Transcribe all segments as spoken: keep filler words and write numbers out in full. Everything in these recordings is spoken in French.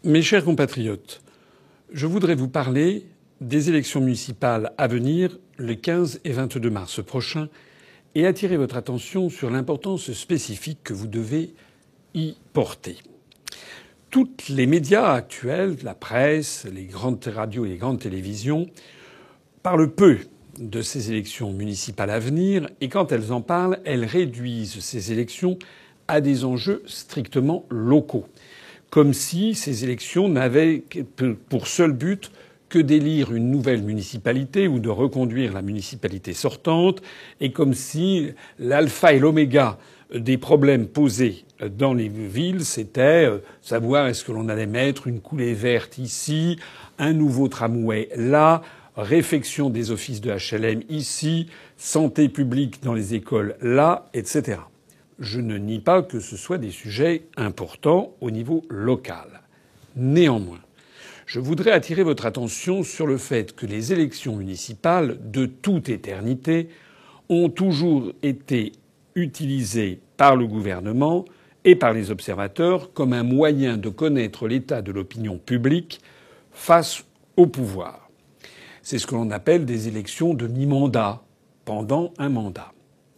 Mes chers compatriotes, je voudrais vous parler des élections municipales à venir le quinze et vingt-deux mars prochains et attirer votre attention sur l'importance spécifique que vous devez y porter. Tous les médias actuels, la presse, les grandes radios et les grandes télévisions parlent peu de ces élections municipales à venir et quand elles en parlent, elles réduisent ces élections à des enjeux strictement locaux. Comme si ces élections n'avaient pour seul but que d'élire une nouvelle municipalité ou de reconduire la municipalité sortante, et comme si l'alpha et l'oméga des problèmes posés dans les villes, c'était savoir est-ce que l'on allait mettre une coulée verte ici, un nouveau tramway là, réfection des offices de H L M ici, santé publique dans les écoles là, et cetera. Je ne nie pas que ce soit des sujets importants au niveau local. Néanmoins, je voudrais attirer votre attention sur le fait que les élections municipales, de toute éternité, ont toujours été utilisées par le gouvernement et par les observateurs comme un moyen de connaître l'état de l'opinion publique face au pouvoir. C'est ce que l'on appelle des élections de mi-mandat, pendant un mandat.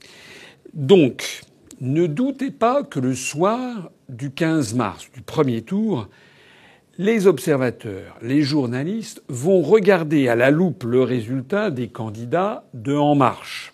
Donc, ne doutez pas que le soir du quinze mars, du premier tour, les observateurs, les journalistes vont regarder à la loupe le résultat des candidats de En Marche.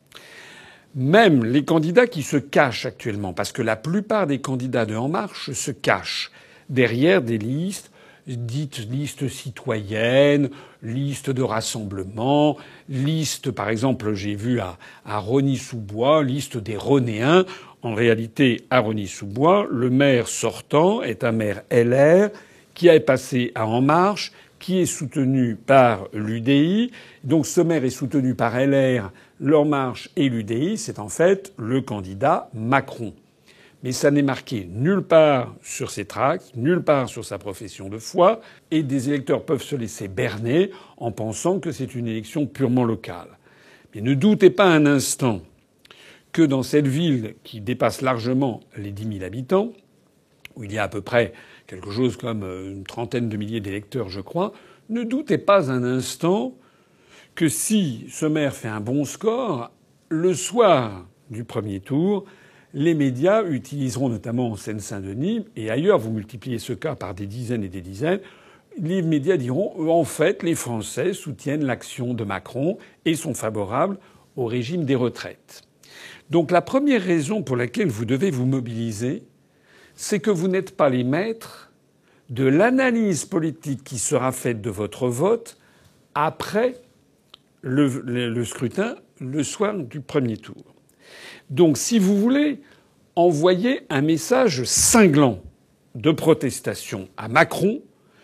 Même les candidats qui se cachent actuellement, parce que la plupart des candidats de En Marche se cachent derrière des listes dites listes citoyennes, listes de rassemblement, liste, par exemple, j'ai vu à, à Rosny-sous-Bois, liste des Ronéens. En réalité, à Rosny-sous-Bois, le maire sortant est un maire L R qui est passé à En Marche, qui est soutenu par l'U D I. Donc ce maire est soutenu par L R, l'En Marche et l'U D I. C'est en fait le candidat Macron. Mais ça n'est marqué nulle part sur ses tracts, nulle part sur sa profession de foi, et des électeurs peuvent se laisser berner en pensant que c'est une élection purement locale. Mais ne doutez pas un instant que dans cette ville qui dépasse largement les dix mille habitants, où il y a à peu près quelque chose comme une trentaine de milliers d'électeurs, je crois, ne doutez pas un instant que si ce maire fait un bon score, le soir du premier tour, les médias utiliseront, notamment en Seine-Saint-Denis et ailleurs, vous multipliez ce cas par des dizaines et des dizaines, les médias diront en fait les Français soutiennent l'action de Macron et sont favorables au régime des retraites. Donc la première raison pour laquelle vous devez vous mobiliser, c'est que vous n'êtes pas les maîtres de l'analyse politique qui sera faite de votre vote après le, le, le scrutin le soir du premier tour. Donc si vous voulez envoyer un message cinglant de protestation à Macron,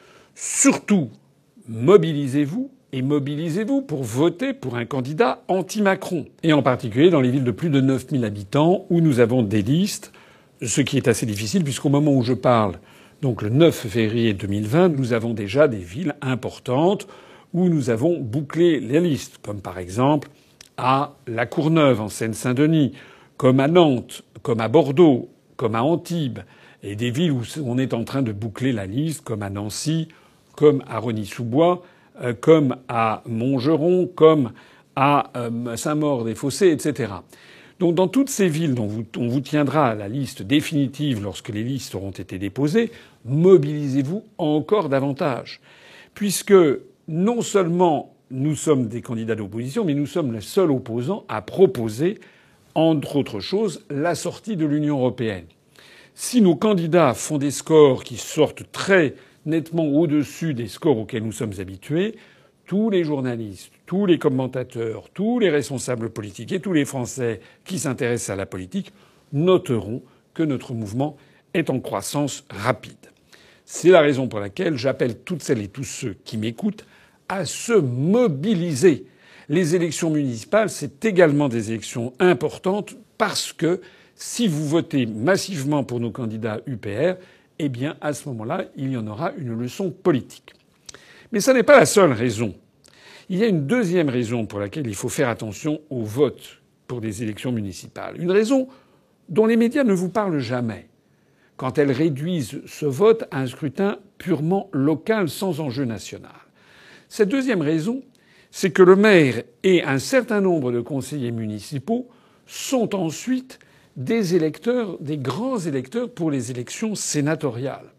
surtout mobilisez-vous et mobilisez-vous pour voter pour un candidat anti-Macron. Et en particulier dans les villes de plus de neuf mille habitants où nous avons des listes, ce qui est assez difficile puisqu'au moment où je parle, donc le neuf février deux mille vingt, nous avons déjà des villes importantes où nous avons bouclé les listes, comme par exemple à La Courneuve en Seine-Saint-Denis, comme à Nantes, comme à Bordeaux, comme à Antibes, et des villes où on est en train de boucler la liste, comme à Nancy, comme à Rosny-sous-Bois, euh, comme à Montgeron, comme à euh, Saint-Maur-des-Fossés, et cetera. Donc dans toutes ces villes dont vous, on vous tiendra la liste définitive lorsque les listes auront été déposées, mobilisez-vous encore davantage. Puisque non seulement nous sommes des candidats d'opposition, mais nous sommes les seuls opposants à proposer, entre autres choses, la sortie de l'Union européenne. Si nos candidats font des scores qui sortent très nettement au-dessus des scores auxquels nous sommes habitués, tous les journalistes, tous les commentateurs, tous les responsables politiques et tous les Français qui s'intéressent à la politique noteront que notre mouvement est en croissance rapide. C'est la raison pour laquelle j'appelle toutes celles et tous ceux qui m'écoutent à se mobiliser. Les élections municipales, c'est également des élections importantes parce que si vous votez massivement pour nos candidats U P R, eh bien, à ce moment-là, il y en aura une leçon politique. Mais ça n'est pas la seule raison. Il y a une deuxième raison pour laquelle il faut faire attention au vote pour des élections municipales. Une raison dont les médias ne vous parlent jamais. quand elles réduisent ce vote à un scrutin purement local sans enjeu national. Cette deuxième raison, c'est que le maire et un certain nombre de conseillers municipaux sont ensuite des électeurs, des grands électeurs pour les élections sénatoriales.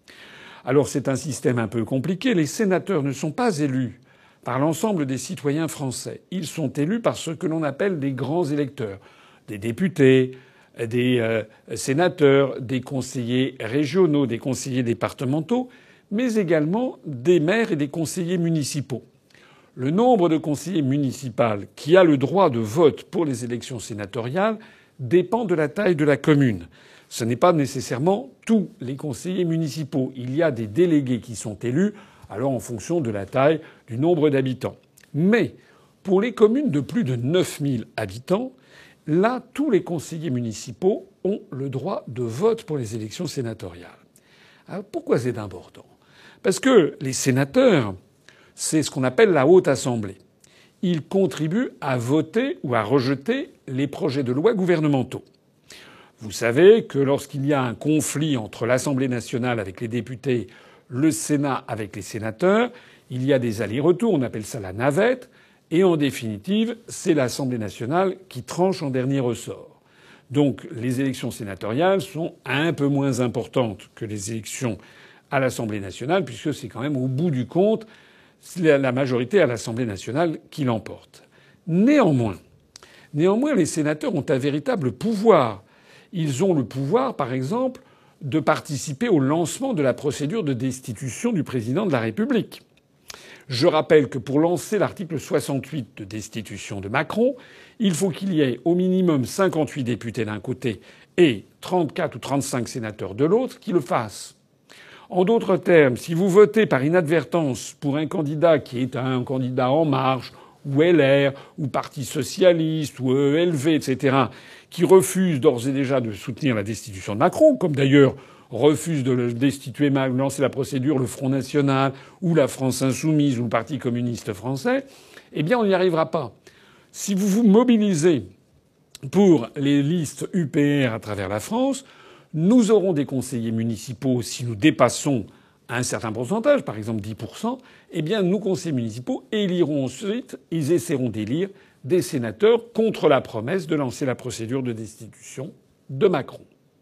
Alors c'est un système un peu compliqué. Les sénateurs ne sont pas élus par l'ensemble des citoyens français. Ils sont élus par ce que l'on appelle des grands électeurs, des députés, des euh, sénateurs, des conseillers régionaux, des conseillers départementaux, mais également des maires et des conseillers municipaux. Le nombre de conseillers municipaux qui a le droit de vote pour les élections sénatoriales dépend de la taille de la commune. Ce n'est pas nécessairement tous les conseillers municipaux. Il y a des délégués qui sont élus, alors en fonction de la taille, du nombre d'habitants. Mais pour les communes de plus de neuf mille habitants, là, tous les conseillers municipaux ont le droit de vote pour les élections sénatoriales. Alors pourquoi c'est important ? Parce que les sénateurs, c'est ce qu'on appelle la Haute Assemblée. Ils contribuent à voter ou à rejeter les projets de loi gouvernementaux. Vous savez que lorsqu'il y a un conflit entre l'Assemblée nationale avec les députés, le Sénat avec les sénateurs, il y a des allers-retours, on appelle ça la navette, et en définitive, c'est l'Assemblée nationale qui tranche en dernier ressort. Donc les élections sénatoriales sont un peu moins importantes que les élections à l'Assemblée nationale, puisque c'est quand même au bout du compte la majorité à l'Assemblée nationale qui l'emporte. Néanmoins, néanmoins, les sénateurs ont un véritable pouvoir. Ils ont le pouvoir, par exemple, de participer au lancement de la procédure de destitution du président de la République. Je rappelle que pour lancer l'article soixante-huit de destitution de Macron, il faut qu'il y ait au minimum cinquante-huit députés d'un côté et trente-quatre ou trente-cinq sénateurs de l'autre qui le fassent. En d'autres termes, si vous votez par inadvertance pour un candidat qui est un candidat En Marche ou L R ou Parti socialiste ou E L V, et cetera, qui refuse d'ores et déjà de soutenir la destitution de Macron, comme d'ailleurs refuse de le destituer, de lancer la procédure le Front National ou la France Insoumise ou le Parti communiste français, eh bien on n'y arrivera pas. Si vous vous mobilisez pour les listes U P R à travers la France, nous aurons des conseillers municipaux si nous dépassons un certain pourcentage, par exemple dix pour cent, eh bien nos conseillers municipaux éliront ensuite, ils essaieront d'élire des sénateurs contre la promesse de lancer la procédure de destitution de Macron.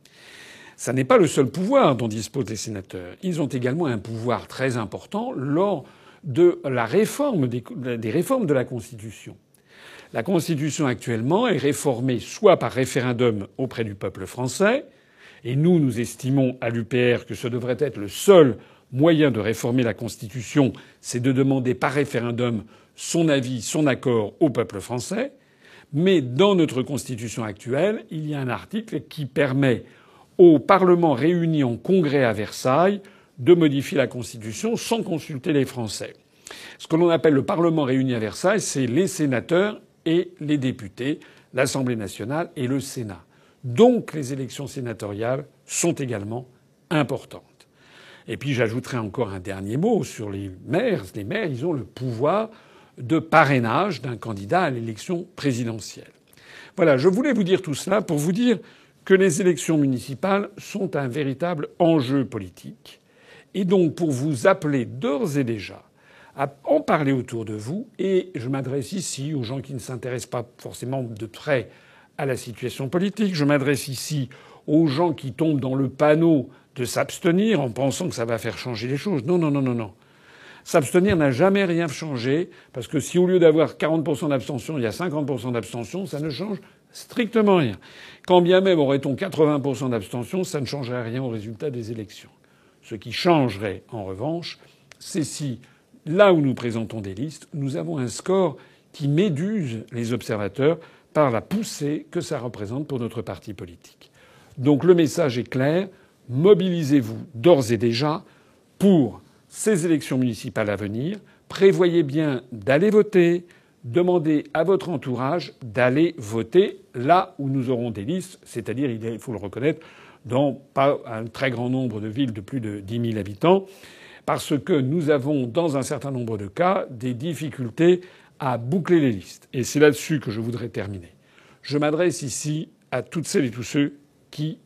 Ça n'est pas le seul pouvoir dont disposent les sénateurs. Ils ont également un pouvoir très important lors de la réforme des, des réformes de la Constitution. La Constitution actuellement est réformée soit par référendum auprès du peuple français, et nous, nous estimons à l'U P R que ce devrait être le seul moyen de réformer la Constitution, c'est de demander par référendum son avis, son accord au peuple français. Mais dans notre Constitution actuelle, il y a un article qui permet au Parlement réuni en congrès à Versailles de modifier la Constitution sans consulter les Français. Ce que l'on appelle le Parlement réuni à Versailles, c'est les sénateurs et les députés, l'Assemblée nationale et le Sénat. Donc les élections sénatoriales sont également importantes. Et puis j'ajouterai encore un dernier mot sur les maires. Les maires, ils ont le pouvoir de parrainage d'un candidat à l'élection présidentielle. Voilà, je voulais vous dire tout cela pour vous dire que les élections municipales sont un véritable enjeu politique. Et donc pour vous appeler d'ores et déjà à en parler autour de vous, et je m'adresse ici aux gens qui ne s'intéressent pas forcément de près à la situation politique. Je m'adresse ici aux gens qui tombent dans le panneau de s'abstenir en pensant que ça va faire changer les choses. Non, non, non, non, non. S'abstenir n'a jamais rien changé, parce que si au lieu d'avoir quarante pour cent d'abstention, il y a cinquante pour cent d'abstention, ça ne change strictement rien. Quand bien même aurait-on quatre-vingts pour cent d'abstention, ça ne changerait rien au résultat des élections. Ce qui changerait, en revanche, c'est si, là où nous présentons des listes, nous avons un score qui méduse les observateurs par la poussée que ça représente pour notre parti politique. Donc le message est clair. Mobilisez-vous d'ores et déjà pour ces élections municipales à venir. Prévoyez bien d'aller voter. Demandez à votre entourage d'aller voter là où nous aurons des listes, c'est-à-dire, il faut le reconnaître, dans pas un très grand nombre de villes de plus de dix mille habitants, parce que nous avons, dans un certain nombre de cas, des difficultés à boucler les listes. Et c'est là-dessus que je voudrais terminer. Je m'adresse ici à toutes celles et tous ceux qui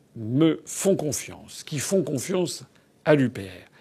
me font confiance, qui font confiance à l'U P R.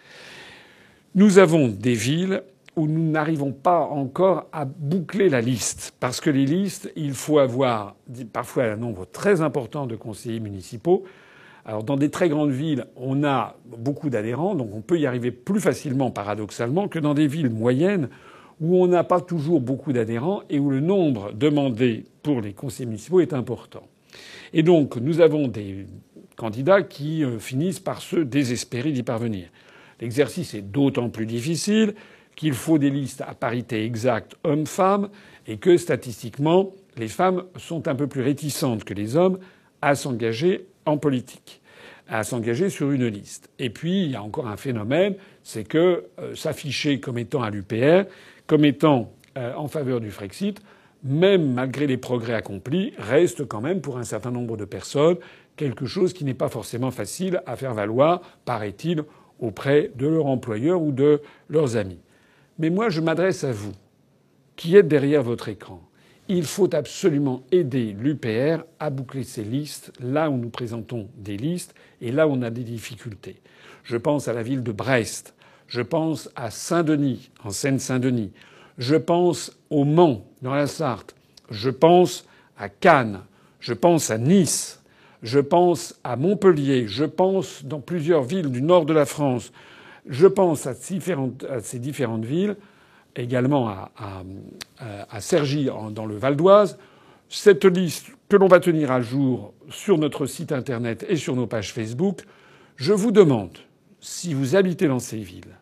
Nous avons des villes où nous n'arrivons pas encore à boucler la liste. Parce que les listes, il faut avoir parfois un nombre très important de conseillers municipaux. Alors dans des très grandes villes, on a beaucoup d'adhérents, donc on peut y arriver plus facilement, paradoxalement, que dans des villes moyennes où on n'a pas toujours beaucoup d'adhérents et où le nombre demandé pour les conseillers municipaux est important. Et donc nous avons des candidats qui finissent par se désespérer d'y parvenir. L'exercice est d'autant plus difficile qu'il faut des listes à parité exacte hommes-femmes et que statistiquement, les femmes sont un peu plus réticentes que les hommes à s'engager en politique, à s'engager sur une liste. Et puis, il y a encore un phénomène, c'est que euh, s'afficher comme étant à l'U P R, comme étant euh, en faveur du Frexit, même malgré les progrès accomplis, reste quand même pour un certain nombre de personnes quelque chose qui n'est pas forcément facile à faire valoir, paraît-il, auprès de leur employeur ou de leurs amis. Mais moi, je m'adresse à vous, qui êtes derrière votre écran. Il faut absolument aider l'U P R à boucler ses listes là où nous présentons des listes et là où on a des difficultés. Je pense à la ville de Brest. Je pense à Saint-Denis, en Seine-Saint-Denis. Je pense au Mans, dans la Sarthe. Je pense à Cannes. Je pense à Nice. Je pense à Montpellier. Je pense dans plusieurs villes du nord de la France. Je pense à, différentes, à ces différentes villes, également à, à, à Cergy dans le Val d'Oise. Cette liste que l'on va tenir à jour sur notre site internet et sur nos pages Facebook, je vous demande, si vous habitez dans ces villes,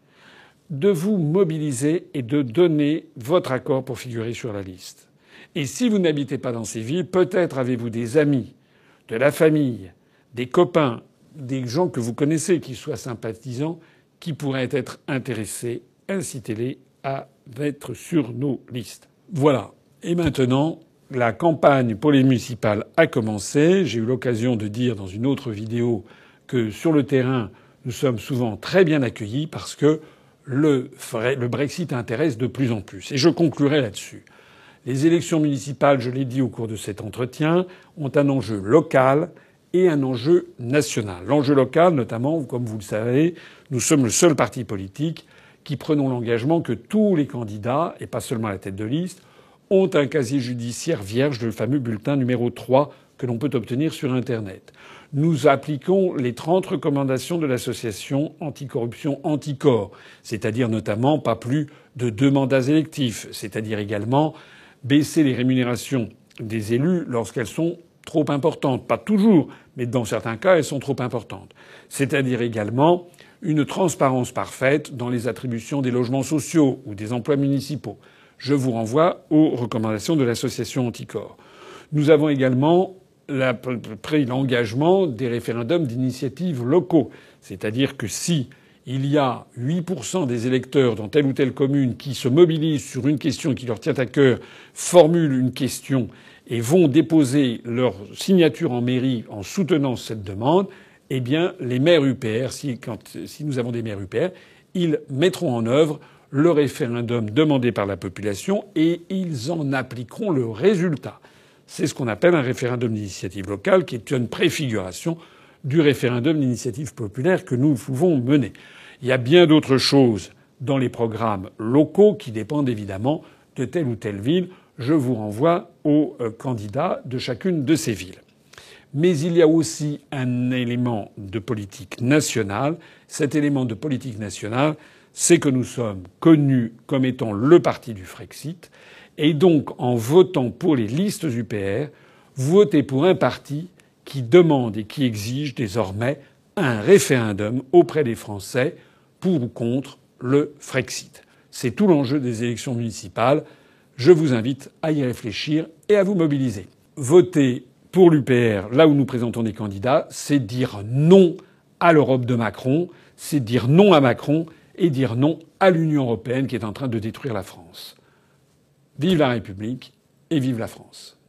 de vous mobiliser et de donner votre accord pour figurer sur la liste. Et si vous n'habitez pas dans ces villes, peut-être avez-vous des amis, de la famille, des copains, des gens que vous connaissez qui soient sympathisants, qui pourraient être intéressés. Incitez-les à être sur nos listes. Voilà. Et maintenant, la campagne pour les municipales a commencé. J'ai eu l'occasion de dire dans une autre vidéo que sur le terrain, nous sommes souvent très bien accueillis parce que le, le Brexit intéresse de plus en plus. Et je conclurai là-dessus. Les élections municipales, je l'ai dit au cours de cet entretien, ont un enjeu local et un enjeu national. L'enjeu local, notamment, comme vous le savez, nous sommes le seul parti politique qui prenons l'engagement que tous les candidats, et pas seulement la tête de liste, ont un casier judiciaire vierge, le fameux bulletin numéro trois que l'on peut obtenir sur Internet. Nous appliquons les trente recommandations de l'association anticorruption Anticor, c'est-à-dire notamment pas plus de deux mandats électifs, c'est-à-dire également baisser les rémunérations des élus lorsqu'elles sont trop importantes. Pas toujours, mais dans certains cas, elles sont trop importantes. C'est-à-dire également une transparence parfaite dans les attributions des logements sociaux ou des emplois municipaux. Je vous renvoie aux recommandations de l'association Anticor. Nous avons également la, pris l'engagement des référendums d'initiatives locaux. C'est-à-dire que si il y a huit pour cent des électeurs dans telle ou telle commune qui se mobilisent sur une question qui leur tient à cœur, formulent une question et vont déposer leur signature en mairie en soutenant cette demande, eh bien, les maires U P R, si, quand, si nous avons des maires U P R, ils mettront en œuvre le référendum demandé par la population et ils en appliqueront le résultat. C'est ce qu'on appelle un référendum d'initiative locale, qui est une préfiguration du référendum d'initiative populaire que nous pouvons mener. Il y a bien d'autres choses dans les programmes locaux qui dépendent évidemment de telle ou telle ville. Je vous renvoie aux candidats de chacune de ces villes. Mais il y a aussi un élément de politique nationale. Cet élément de politique nationale, c'est que nous sommes connus comme étant le parti du Frexit. Et donc, en votant pour les listes U P R, vous votez pour un parti qui demande et qui exige désormais un référendum auprès des Français pour ou contre le Frexit. C'est tout l'enjeu des élections municipales. Je vous invite à y réfléchir et à vous mobiliser. Voter pour l'U P R, là où nous présentons des candidats, c'est dire non à l'Europe de Macron, c'est dire non à Macron et dire non à l'Union européenne qui est en train de détruire la France. Vive la République et vive la France.